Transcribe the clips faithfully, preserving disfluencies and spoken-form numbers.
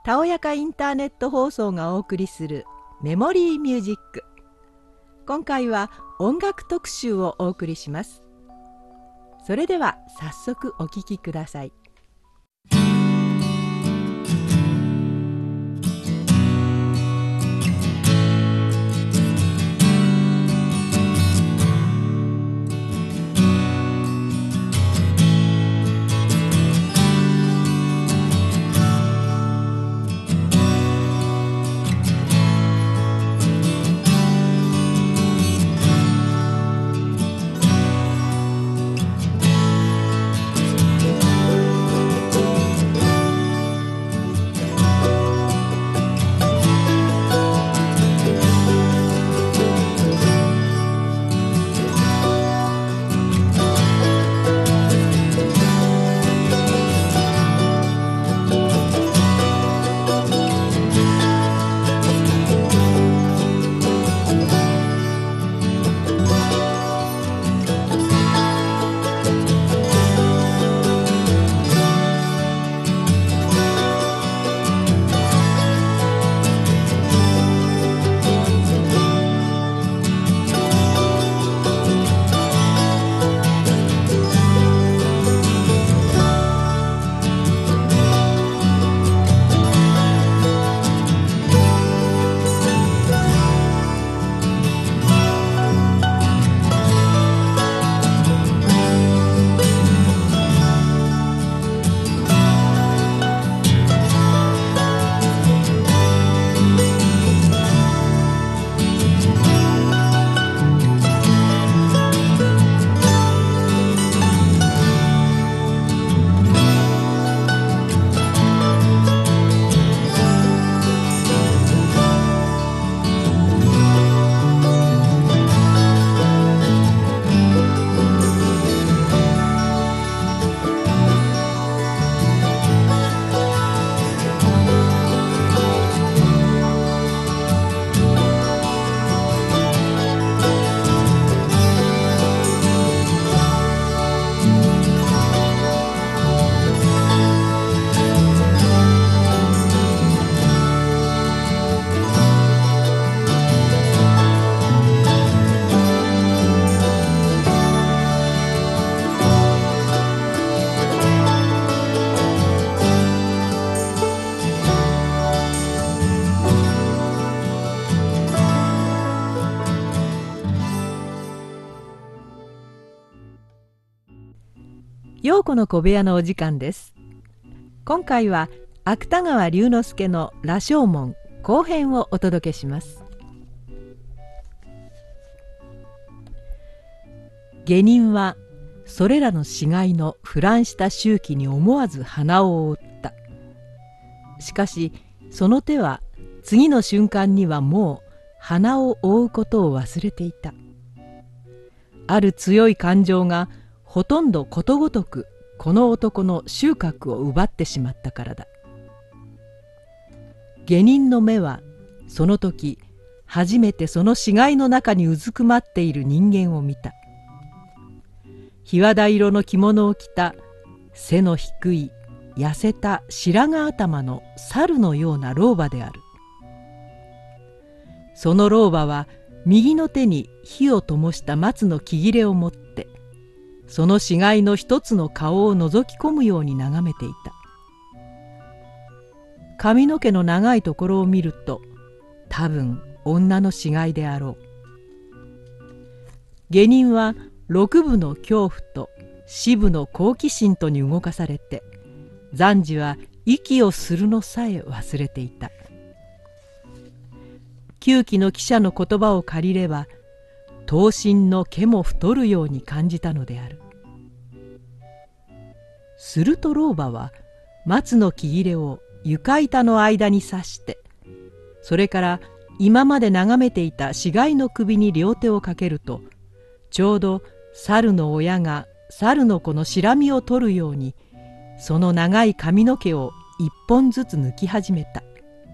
たおやかインターネット放送がお送りするメモリーミュージック。今回は音楽特集をお送りします。それでは早速お聴きください。陽子の小部屋のお時間です。今回は芥川龍之介の羅生門後編をお届けします。下人はそれらの死骸の腐乱した周期に思わず鼻を覆った。しかしその手は次の瞬間にはもう鼻を覆うことを忘れていた。ある強い感情がほとんどことごとくこの男の収穫を奪ってしまったからだ。下人の目はその時初めてその死骸の中にうずくまっている人間を見た。檜皮色の着物を着た背の低い痩せた白髪頭の猿のような老婆である。その老婆は右の手に火を灯した松の木切れを持ってその死骸の一つの顔を覗き込むように眺めていた。髪の毛の長いところを見ると多分女の死骸であろう。下人は六部の恐怖と四部の好奇心とに動かされて暫時は息をするのさえ忘れていた。旧記の記者の言葉を借りれば刀身の毛も太るように感じたのである。すると老婆は松の木切れを床板の間に刺して、それから今まで眺めていた死骸の首に両手をかけると、ちょうど猿の親が猿の子のしらみを取るようにその長い髪の毛を一本ずつ抜き始めた。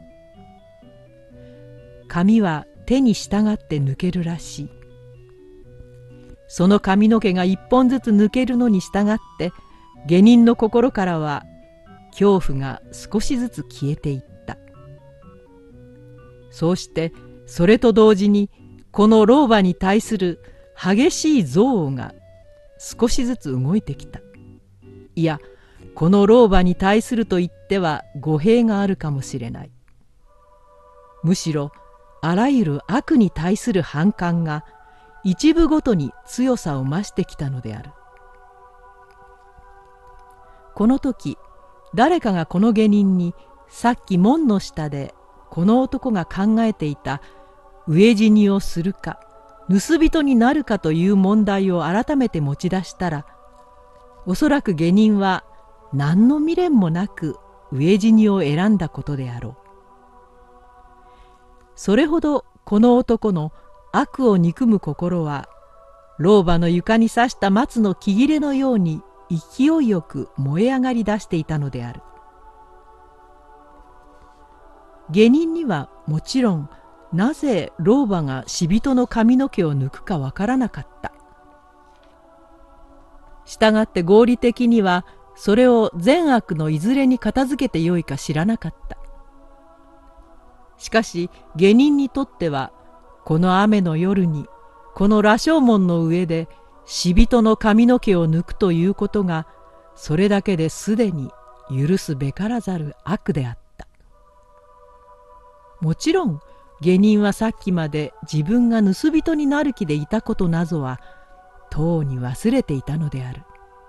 髪は手に従って抜けるらしい。その髪の毛が一本ずつ抜けるのに従って下人の心からは恐怖が少しずつ消えていった。 そうしてそれと同時にこの老婆に対する激しい憎悪が少しずつ動いてきた。いや、この老婆に対すると言っては語弊があるかもしれない。むしろあらゆる悪に対する反感が一部ごとに強さを増してきたのである。この時誰かがこの下人にさっき門の下でこの男が考えていた飢え死にをするか盗人になるかという問題を改めて持ち出したら、おそらく下人は何の未練もなく飢え死にを選んだことであろう。それほどこの男の悪を憎む心は老婆の床に刺した松の木切れのように勢いよく燃え上がり出していたのである。下人にはもちろんなぜ老婆が死人の髪の毛を抜くかわからなかった。したがって合理的にはそれを善悪のいずれに片付けてよいか知らなかった。しかし下人にとってはこの雨の夜にこの羅生門の上で死人の髪の毛を抜くということがそれだけですでに許すべからざる悪であった。もちろん下人はさっきまで自分が盗人になる気でいたことなぞはとうに忘れていたのである。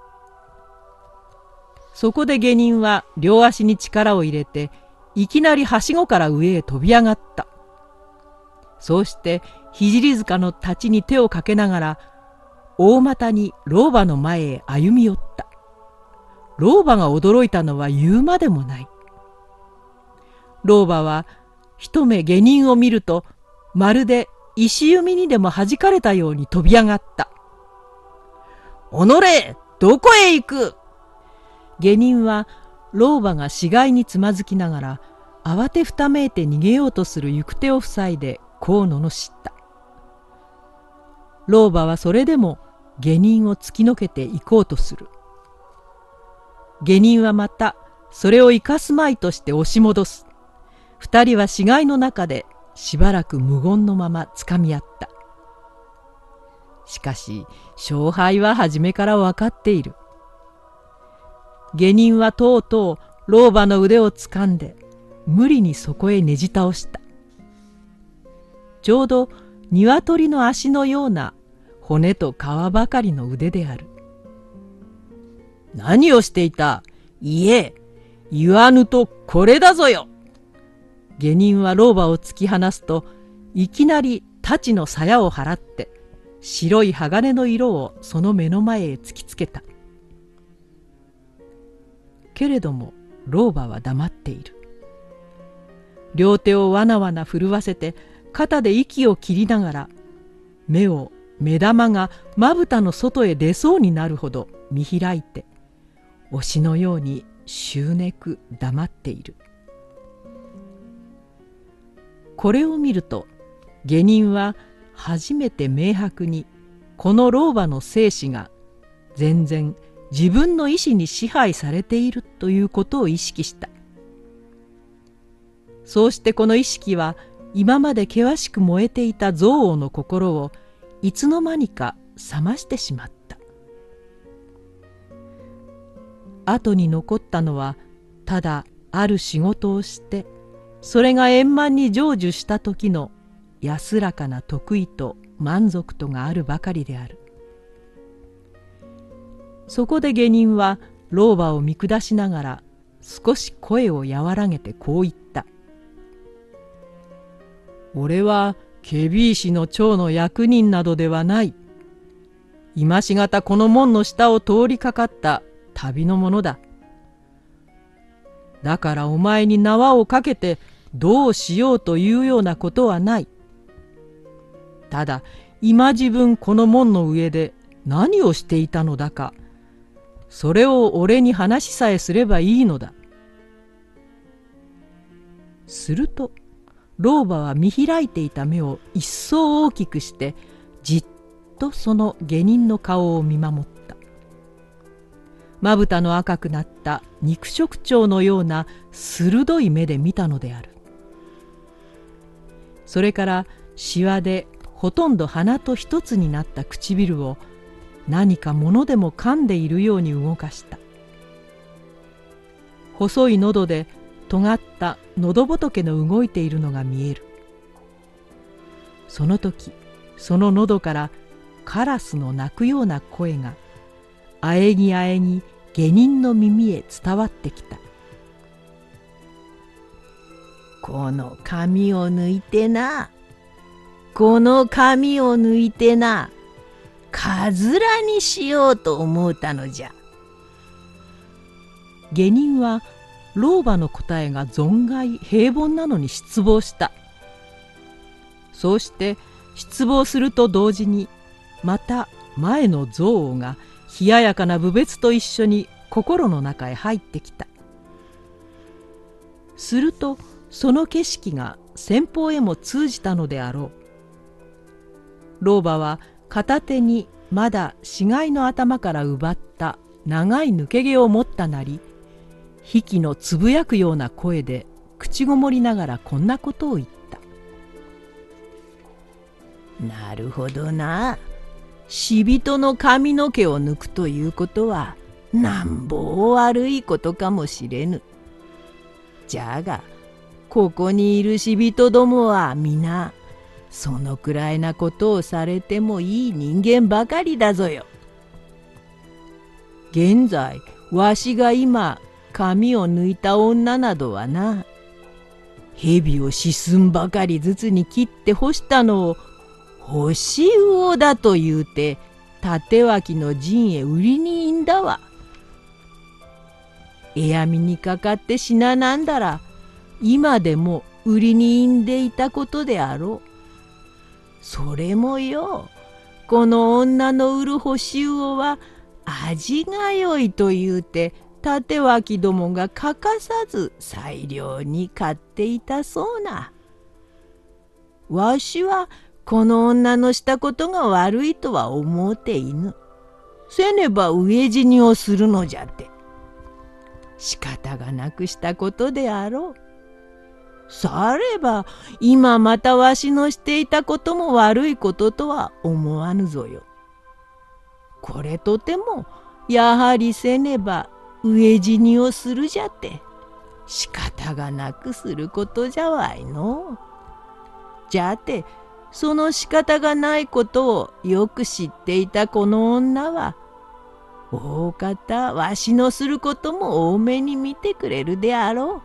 そこで下人は両足に力を入れていきなりはしごから上へ飛び上がった。そうして聖塚の太刀に手をかけながら大股に老婆の前へ歩み寄った。老婆が驚いたのは言うまでもない。老婆は一目下人を見るとまるで石弓にでも弾かれたように飛び上がった。おのれ、どこへ行く？下人は老婆が死骸につまずきながら慌てふためいて逃げようとする行く手を塞いでこう罵った。老婆はそれでも下人を突きのけて行こうとする。下人はまたそれを生かすまいとして押し戻す。二人は死骸の中でしばらく無言のままつかみ合った。しかし勝敗は初めから分かっている。下人はとうとう老婆の腕をつかんで無理にそこへねじ倒した。ちょうど鶏の足のような骨と皮ばかりの腕である。何をしていた？いえ、言わぬとこれだぞよ。下人は老婆を突き放すといきなり太刀の鞘を払って白い鋼の色をその目の前へ突きつけた。けれども老婆は黙っている。両手をわなわな震わせて肩で息を切りながら目を目玉がまぶたの外へ出そうになるほど見開いて推しのようにしゅうねく黙っている。これを見ると下人は初めて明白にこの老婆の生死が全然自分の意志に支配されているということを意識した。そうしてこの意識は今まで険しく燃えていた憎悪の心をいつの間にか冷ましてしまった。後に残ったのはただある仕事をしてそれが円満に成就した時の安らかな得意と満足とがあるばかりである。そこで下人は老婆を見下しながら少し声を和らげてこう言った。俺は検非違使の長の役人などではない。今しがたこの門の下を通りかかった旅の者だ。だからお前に縄をかけてどうしようというようなことはない。ただ今自分この門の上で何をしていたのだか、それを俺に話しさえすればいいのだ。すると老婆は見開いていた目を一層大きくしてじっとその下人の顔を見守った。まぶたの赤くなった肉食鳥のような鋭い目で見たのである。 それからしわでほとんど鼻と一つになった唇を何か物でも噛んでいるように動かした。細い喉で尖った喉仏の動いているのが見える。その時その喉からカラスの鳴くような声があえぎあえぎ下人の耳へ伝わってきた。この髪を抜いてな、この髪を抜いてな、かずらにしようと思うたのじゃ。下人は老婆の答えが存外平凡なのに失望した。そうして失望すると同時にまた前の憎悪が冷ややかな侮蔑と一緒に心の中へ入ってきた。するとその景色が先方へも通じたのであろう。老婆は片手にまだ死骸の頭から奪った長い抜け毛を持ったなり、比企のつぶやくような声で口ごもりながらこんなことを言った。なるほどな。死人の髪の毛を抜くということはなんぼ悪いことかもしれぬ。じゃがここにいる死人どもは皆そのくらいなことをされてもいい人間ばかりだぞよ。現在わしが今髪を抜いた女などはな、蛇を四寸ばかりずつに切って干したのを干し魚だと言うて立脇の陣へ売りにいんだわ。えやみにかかって死ななんだら今でも売りにいんでいたことであろう。それもよ、この女の売る干し魚は味がよいと言うて立脇どもが欠かさず裁量に買っていたそうな。わしはこの女のしたことが悪いとは思うていぬ。せねば飢え死にをするのじゃって。仕方がなくしたことであろう。されば今またわしのしていたことも悪いこととは思わぬぞよ。これとてもやはりせねば飢え死にをするじゃって仕方がなくすることじゃわいの。じゃてその仕方がないことをよく知っていたこの女は大方わしのすることも多めに見てくれるであろ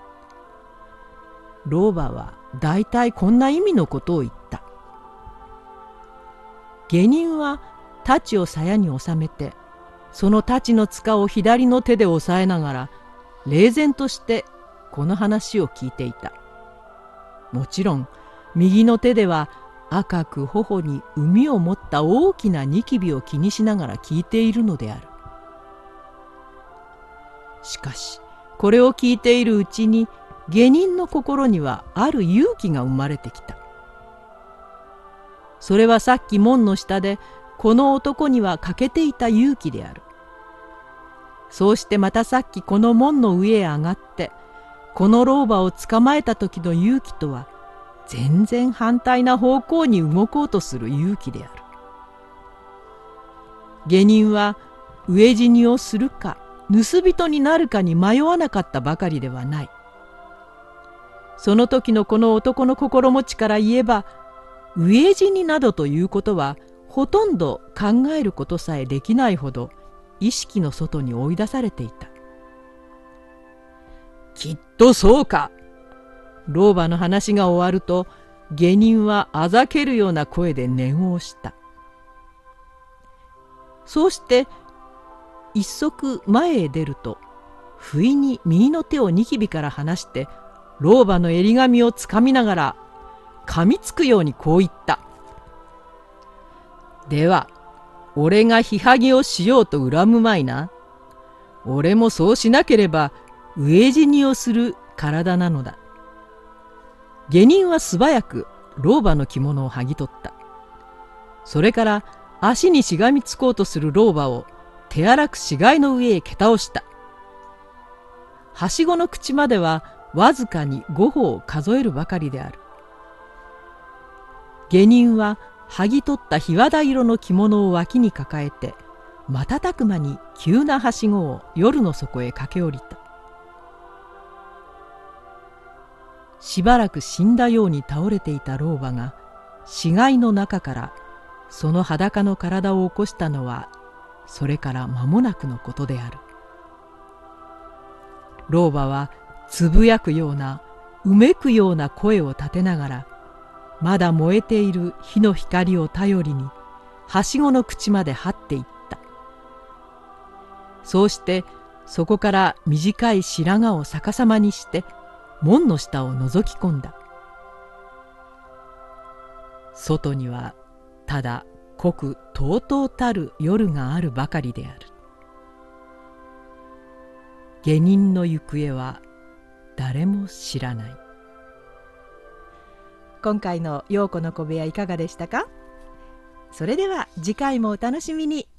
う。老婆はだいたいこんな意味のことを言った。下人は太刀を鞘に収めてその太刀の柄を左の手で押さえながら冷然としてこの話を聞いていた。もちろん右の手では赤く頬に膿を持った大きなニキビを気にしながら聞いているのである。しかしこれを聞いているうちに下人の心にはある勇気が生まれてきた。それはさっき門の下でこの男には欠けていた勇気である。そうしてまたさっきこの門の上へ上がってこの老婆を捕まえた時の勇気とは全然反対な方向に動こうとする勇気である。下人は飢え死にをするか盗人になるかに迷わなかったばかりではない。その時のこの男の心持ちから言えば飢え死になどということはほとんど考えることさえできないほど意識の外に追い出されていた。きっとそうか。老婆の話が終わると下人はあざけるような声で念をした。そうして一足前へ出ると不意に右の手をニキビから離して老婆の襟髪をつかみながら噛みつくようにこう言った。では俺がひはぎをしようと恨むまいな。俺もそうしなければ飢え死にをする体なのだ。下人は素早く老婆の着物を剥ぎ取った。それから足にしがみつこうとする老婆を手荒く死骸の上へ蹴倒した。はしごの口まではわずかにご歩を数えるばかりである。 下人は剥ぎ取った檜皮色の着物を脇に抱えて瞬く間に急なはしごを夜の底へ駆け下りた。しばらく死んだように倒れていた老婆が死骸の中からその裸の体を起こしたのはそれから間もなくのことである。老婆はつぶやくようなうめくような声を立てながらまだ燃えている火の光を頼りにはしごの口まで這っていった。そうしてそこから短い白髪を逆さまにして門の下を覗き込んだ。外にはただ濃くとうとうたる夜があるばかりである。下人の行方は誰も知らない。今回の陽子の小部屋いかがでしたか？それでは次回もお楽しみに。